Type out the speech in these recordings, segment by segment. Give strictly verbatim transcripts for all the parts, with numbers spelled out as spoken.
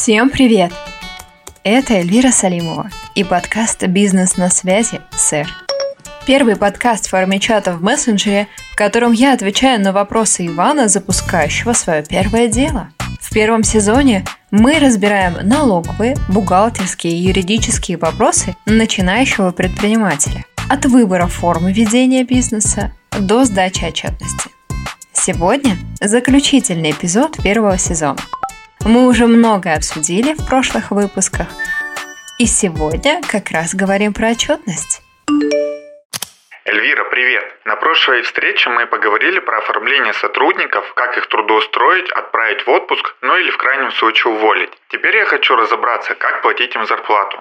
Всем привет! Это Эльвира Салимова и подкаст «Бизнес на связи, сэр». Первый подкаст в форме чата в мессенджере, в котором я отвечаю на вопросы Ивана, запускающего свое первое дело. В первом сезоне мы разбираем налоговые, бухгалтерские и юридические вопросы начинающего предпринимателя. От выбора формы ведения бизнеса до сдачи отчетности. Сегодня заключительный эпизод первого сезона. Мы уже многое обсудили в прошлых выпусках, и сегодня как раз говорим про отчетность. Эльвира, привет! На прошлой встрече мы поговорили про оформление сотрудников, как их трудоустроить, отправить в отпуск, ну или в крайнем случае уволить. Теперь я хочу разобраться, как платить им зарплату.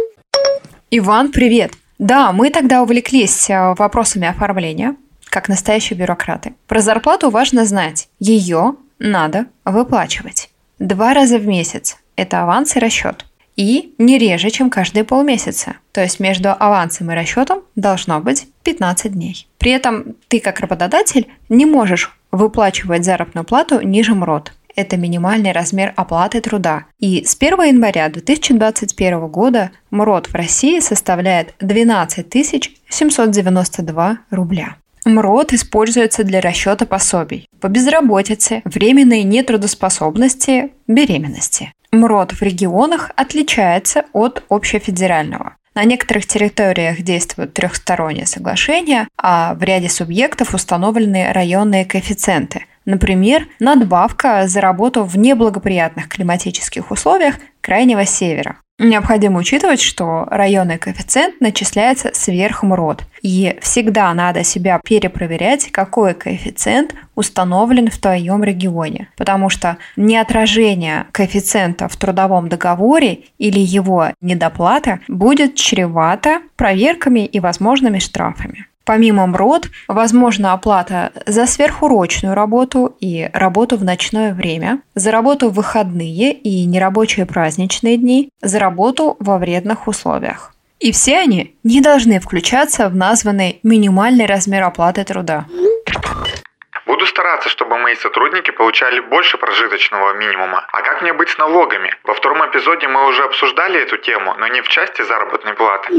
Иван, привет! Да, мы тогда увлеклись вопросами оформления, как настоящие бюрократы. Про зарплату важно знать. Ее надо выплачивать. Два раза в месяц. Это аванс и расчет. И не реже, чем каждые полмесяца. То есть между авансом и расчетом должно быть пятнадцать дней. При этом ты, как работодатель, не можешь выплачивать заработную плату ниже МРОТ. Это минимальный размер оплаты труда. И с первого января две тысячи двадцать первого года МРОТ в России составляет двенадцать тысяч семьсот девяносто два рубля. МРОТ используется для расчета пособий по безработице, временной нетрудоспособности, беременности. МРОТ в регионах отличается от общефедерального. На некоторых территориях действуют трехсторонние соглашения, а в ряде субъектов установлены районные коэффициенты. Например, надбавка за работу в неблагоприятных климатических условиях Крайнего Севера. Необходимо учитывать, что районный коэффициент начисляется сверх МРОТ. И всегда надо себя перепроверять, какой коэффициент установлен в твоем регионе. Потому что неотражение коэффициента в трудовом договоре или его недоплата будет чревато проверками и возможными штрафами. Помимо МРОТ, возможна оплата за сверхурочную работу и работу в ночное время, за работу в выходные и нерабочие праздничные дни, за работу во вредных условиях. И все они не должны включаться в названный минимальный размер оплаты труда. Буду стараться, чтобы мои сотрудники получали больше прожиточного минимума. А как мне быть с налогами? Во втором эпизоде мы уже обсуждали эту тему, но не в части заработной платы.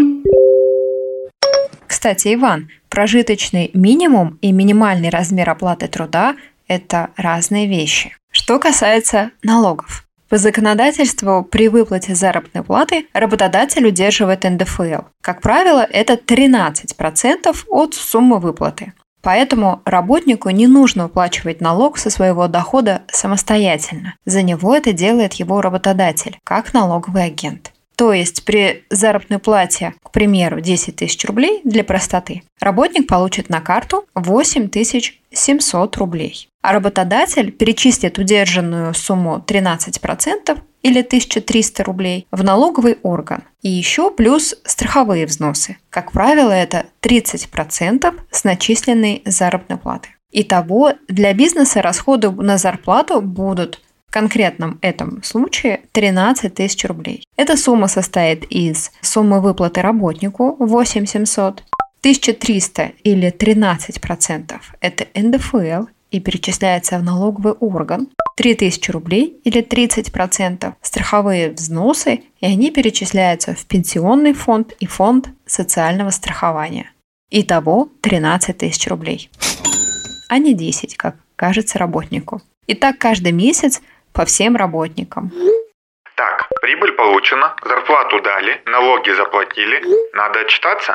Кстати, Иван, прожиточный минимум и минимальный размер оплаты труда – это разные вещи. Что касается налогов. По законодательству при выплате заработной платы работодатель удерживает эн дэ эф эл. Как правило, это тринадцать процентов от суммы выплаты. Поэтому работнику не нужно уплачивать налог со своего дохода самостоятельно. За него это делает его работодатель, как налоговый агент. То есть при заработной плате, к примеру, десять тысяч рублей для простоты, работник получит на карту восемь тысяч семьсот рублей. А работодатель перечислит удержанную сумму тринадцать процентов или тысяча триста рублей в налоговый орган. И еще плюс страховые взносы. Как правило, это тридцать процентов с начисленной заработной платы. Итого для бизнеса расходы на зарплату будут в конкретном этом случае тринадцать тысяч рублей. Эта сумма состоит из суммы выплаты работнику восемь тысяч семьсот, тысяча триста или тринадцать процентов – это эн дэ эф эл и перечисляется в налоговый орган, три тысячи рублей или тридцать процентов страховые взносы, и они перечисляются в пенсионный фонд и фонд социального страхования. Итого тринадцать тысяч рублей, а не десять, как кажется работнику. И так каждый месяц по всем работникам. Так, прибыль получена, зарплату дали, налоги заплатили. Надо отчитаться?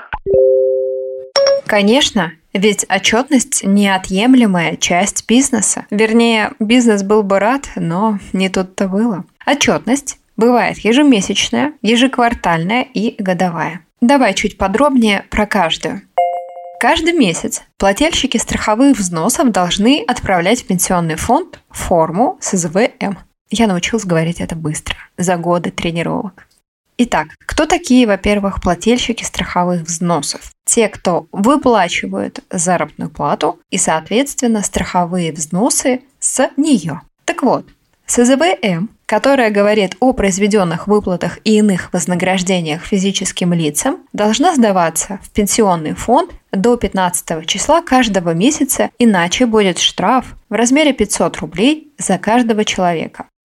Конечно, ведь отчетность – неотъемлемая часть бизнеса. Вернее, бизнес был бы рад, но не тут-то было. Отчетность бывает ежемесячная, ежеквартальная и годовая. Давай чуть подробнее про каждую. Каждый месяц плательщики страховых взносов должны отправлять в пенсионный фонд форму эс зэ вэ эм. Я научилась говорить это быстро, за годы тренировок. Итак, кто такие, во-первых, плательщики страховых взносов? Те, кто выплачивают заработную плату и, соответственно, страховые взносы с нее. Так вот, эс зэ вэ эм, которая говорит о произведенных выплатах и иных вознаграждениях физическим лицам, должна сдаваться в пенсионный фонд до пятнадцатого числа каждого месяца, иначе будет штраф в размере пятьсот рублей за каждого человека.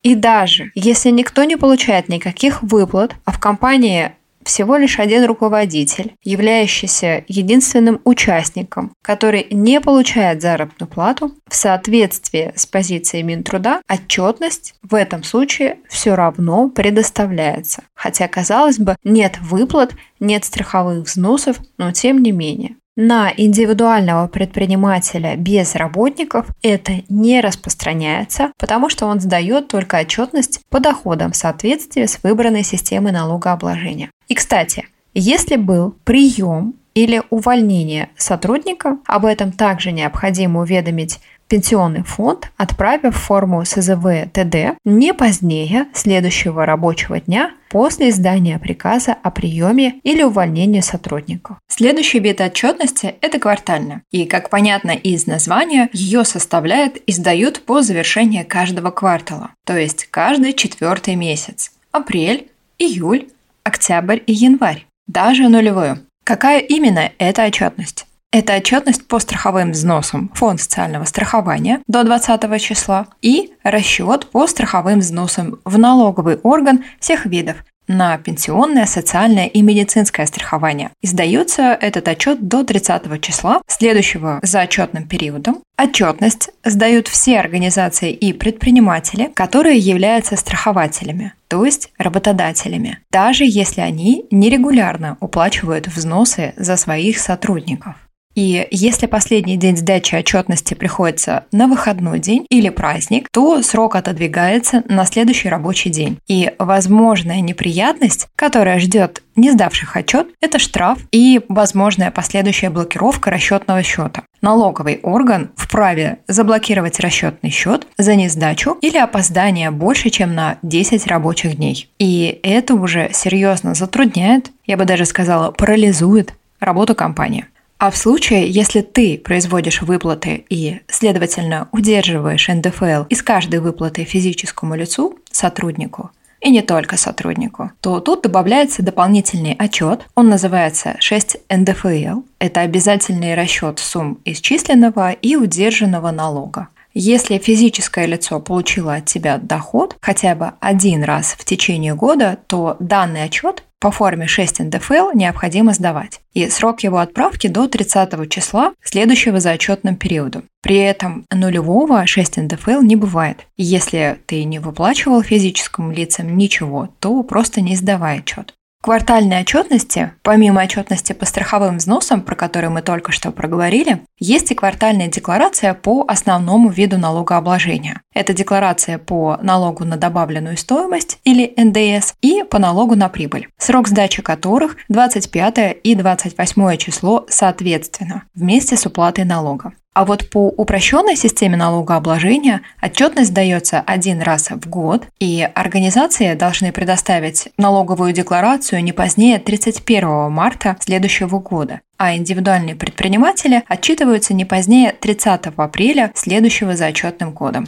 И даже если никто не получает никаких выплат, а в компании всего лишь один руководитель, являющийся единственным участником, который не получает заработную плату, в соответствии с позицией Минтруда отчетность в этом случае все равно предоставляется. Хотя, казалось бы, нет выплат, нет страховых взносов, но тем не менее. На индивидуального предпринимателя без работников это не распространяется, потому что он сдает только отчетность по доходам в соответствии с выбранной системой налогообложения. И, кстати, если был прием или увольнение сотрудника, об этом также необходимо уведомить пенсионный фонд, отправив форму эс зэ вэ тэ дэ не позднее следующего рабочего дня после издания приказа о приеме или увольнении сотрудников. Следующий вид отчетности – это квартальная. И, как понятно из названия, ее составляют и сдают по завершении каждого квартала, то есть каждый четвертый месяц – апрель, июль, октябрь и январь, даже нулевую. Какая именно эта отчетность? Это отчетность по страховым взносам Фонд социального страхования до двадцатого числа и расчет по страховым взносам в налоговый орган всех видов на пенсионное, социальное и медицинское страхование. Издается этот отчет до тридцатого числа, следующего за отчетным периодом. Отчетность сдают все организации и предприниматели, которые являются страхователями, то есть работодателями, даже если они нерегулярно уплачивают взносы за своих сотрудников. И если последний день сдачи отчетности приходится на выходной день или праздник, то срок отодвигается на следующий рабочий день. И возможная неприятность, которая ждет не сдавших отчет, это штраф и возможная последующая блокировка расчетного счета. Налоговый орган вправе заблокировать расчетный счет за несдачу или опоздание больше, чем на десять рабочих дней. И это уже серьезно затрудняет, я бы даже сказала, парализует работу компании. А в случае, если ты производишь выплаты и, следовательно, удерживаешь эн дэ эф эл из каждой выплаты физическому лицу, сотруднику, и не только сотруднику, то тут добавляется дополнительный отчет. Он называется шесть эн дэ эф эл. Это обязательный расчет сумм исчисленного и удержанного налога. Если физическое лицо получило от тебя доход хотя бы один раз в течение года, то данный отчет по форме шесть эн дэ эф эл необходимо сдавать. И срок его отправки до тридцатого числа, следующего за отчетным периодом. При этом нулевого шесть эн дэ эф эл не бывает. Если ты не выплачивал физическим лицам ничего, то просто не сдавай отчет. В квартальной отчетности, помимо отчетности по страховым взносам, про которые мы только что проговорили, есть и квартальная декларация по основному виду налогообложения. Это декларация по налогу на добавленную стоимость или эн дэ эс и по налогу на прибыль, срок сдачи которых двадцать пятое и двадцать восьмое число соответственно, вместе с уплатой налога. А вот по упрощенной системе налогообложения отчетность дается один раз в год, и организации должны предоставить налоговую декларацию не позднее тридцать первого марта следующего года, а индивидуальные предприниматели отчитываются не позднее тридцатого апреля следующего за отчетным годом.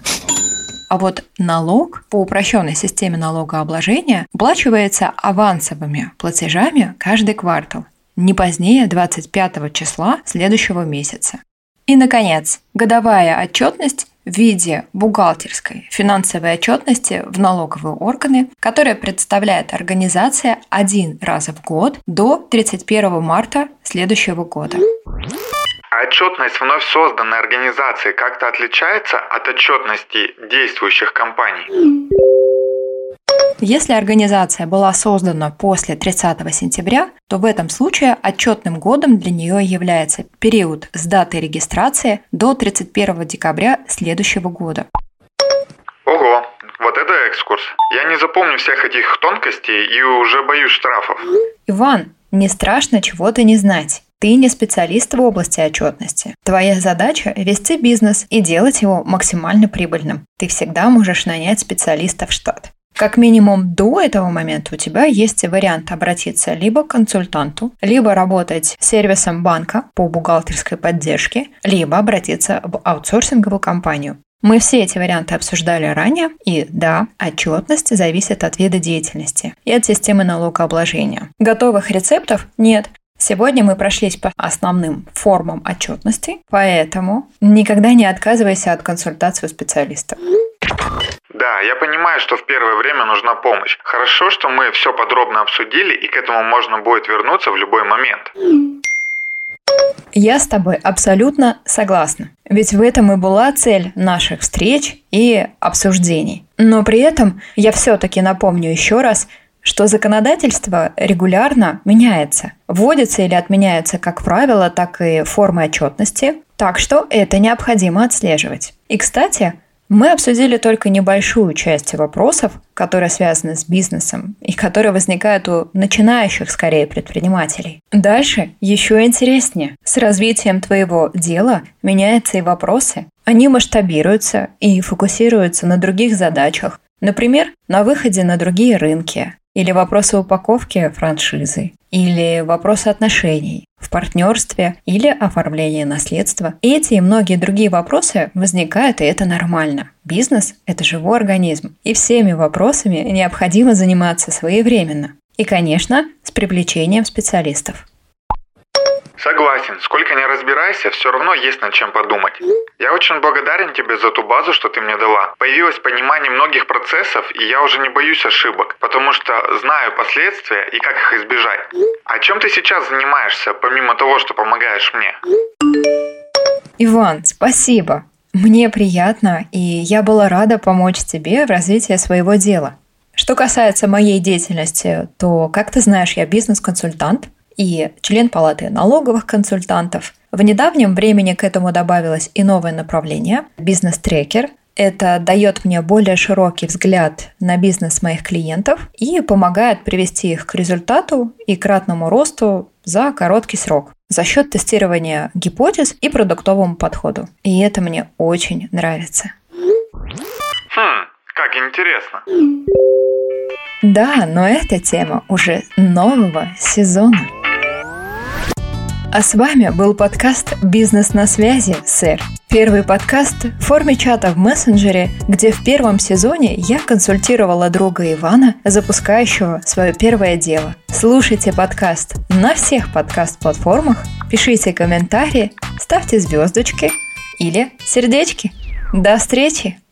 А вот налог по упрощенной системе налогообложения уплачивается авансовыми платежами каждый квартал, не позднее двадцать пятого числа следующего месяца. И, наконец, годовая отчетность в виде бухгалтерской финансовой отчетности в налоговые органы, которая представляет организация один раз в год до тридцать первого марта следующего года. А отчетность вновь созданной организации как-то отличается от отчетности действующих компаний? Если организация была создана после тридцатого сентября, то в этом случае отчетным годом для нее является период с даты регистрации до тридцать первого декабря следующего года. Ого, вот это экскурс. Я не запомню всех этих тонкостей и уже боюсь штрафов. Иван, не страшно чего-то не знать. Ты не специалист в области отчетности. Твоя задача – вести бизнес и делать его максимально прибыльным. Ты всегда можешь нанять специалиста в штат. Как минимум до этого момента у тебя есть вариант обратиться либо к консультанту, либо работать с сервисом банка по бухгалтерской поддержке, либо обратиться в аутсорсинговую компанию. Мы все эти варианты обсуждали ранее, и да, отчетность зависит от вида деятельности и от системы налогообложения. Готовых рецептов нет. Сегодня мы прошлись по основным формам отчетности, поэтому никогда не отказывайся от консультации у специалиста. Да, я понимаю, что в первое время нужна помощь. Хорошо, что мы все подробно обсудили, и к этому можно будет вернуться в любой момент. Я с тобой абсолютно согласна. Ведь в этом и была цель наших встреч и обсуждений. Но при этом я все-таки напомню еще раз, что законодательство регулярно меняется. Вводятся или отменяются как правило, так и формы отчетности. Так что это необходимо отслеживать. И, кстати, мы обсудили только небольшую часть вопросов, которые связаны с бизнесом и которые возникают у начинающих, скорее, предпринимателей. Дальше еще интереснее. С развитием твоего дела меняются и вопросы. Они масштабируются и фокусируются на других задачах. Например, на выходе на другие рынки, или вопросы упаковки франшизы, или вопросы отношений в партнерстве или оформления наследства. Эти и многие другие вопросы возникают, и это нормально. Бизнес – это живой организм, и всеми вопросами необходимо заниматься своевременно. И, конечно, с привлечением специалистов. Согласен, сколько ни разбирайся, все равно есть над чем подумать. Я очень благодарен тебе за ту базу, что ты мне дала. Появилось понимание многих процессов, и я уже не боюсь ошибок, потому что знаю последствия и как их избежать. А чем ты сейчас занимаешься, помимо того, что помогаешь мне? Иван, спасибо. Мне приятно, и я была рада помочь тебе в развитии своего дела. Что касается моей деятельности, то, как ты знаешь, я бизнес-консультант и член палаты налоговых консультантов. В недавнем времени к этому добавилось и новое направление – бизнес-трекер. Это дает мне более широкий взгляд на бизнес моих клиентов и помогает привести их к результату и кратному росту за короткий срок за счет тестирования гипотез и продуктовому подходу. И это мне очень нравится. Хм, как интересно. Да, но это тема уже нового сезона. А с вами был подкаст «Бизнес на связи, сэр». Первый подкаст в форме чата в мессенджере, где в первом сезоне я консультировала друга Ивана, запускающего свое первое дело. Слушайте подкаст на всех подкаст-платформах, пишите комментарии, ставьте звездочки или сердечки. До встречи!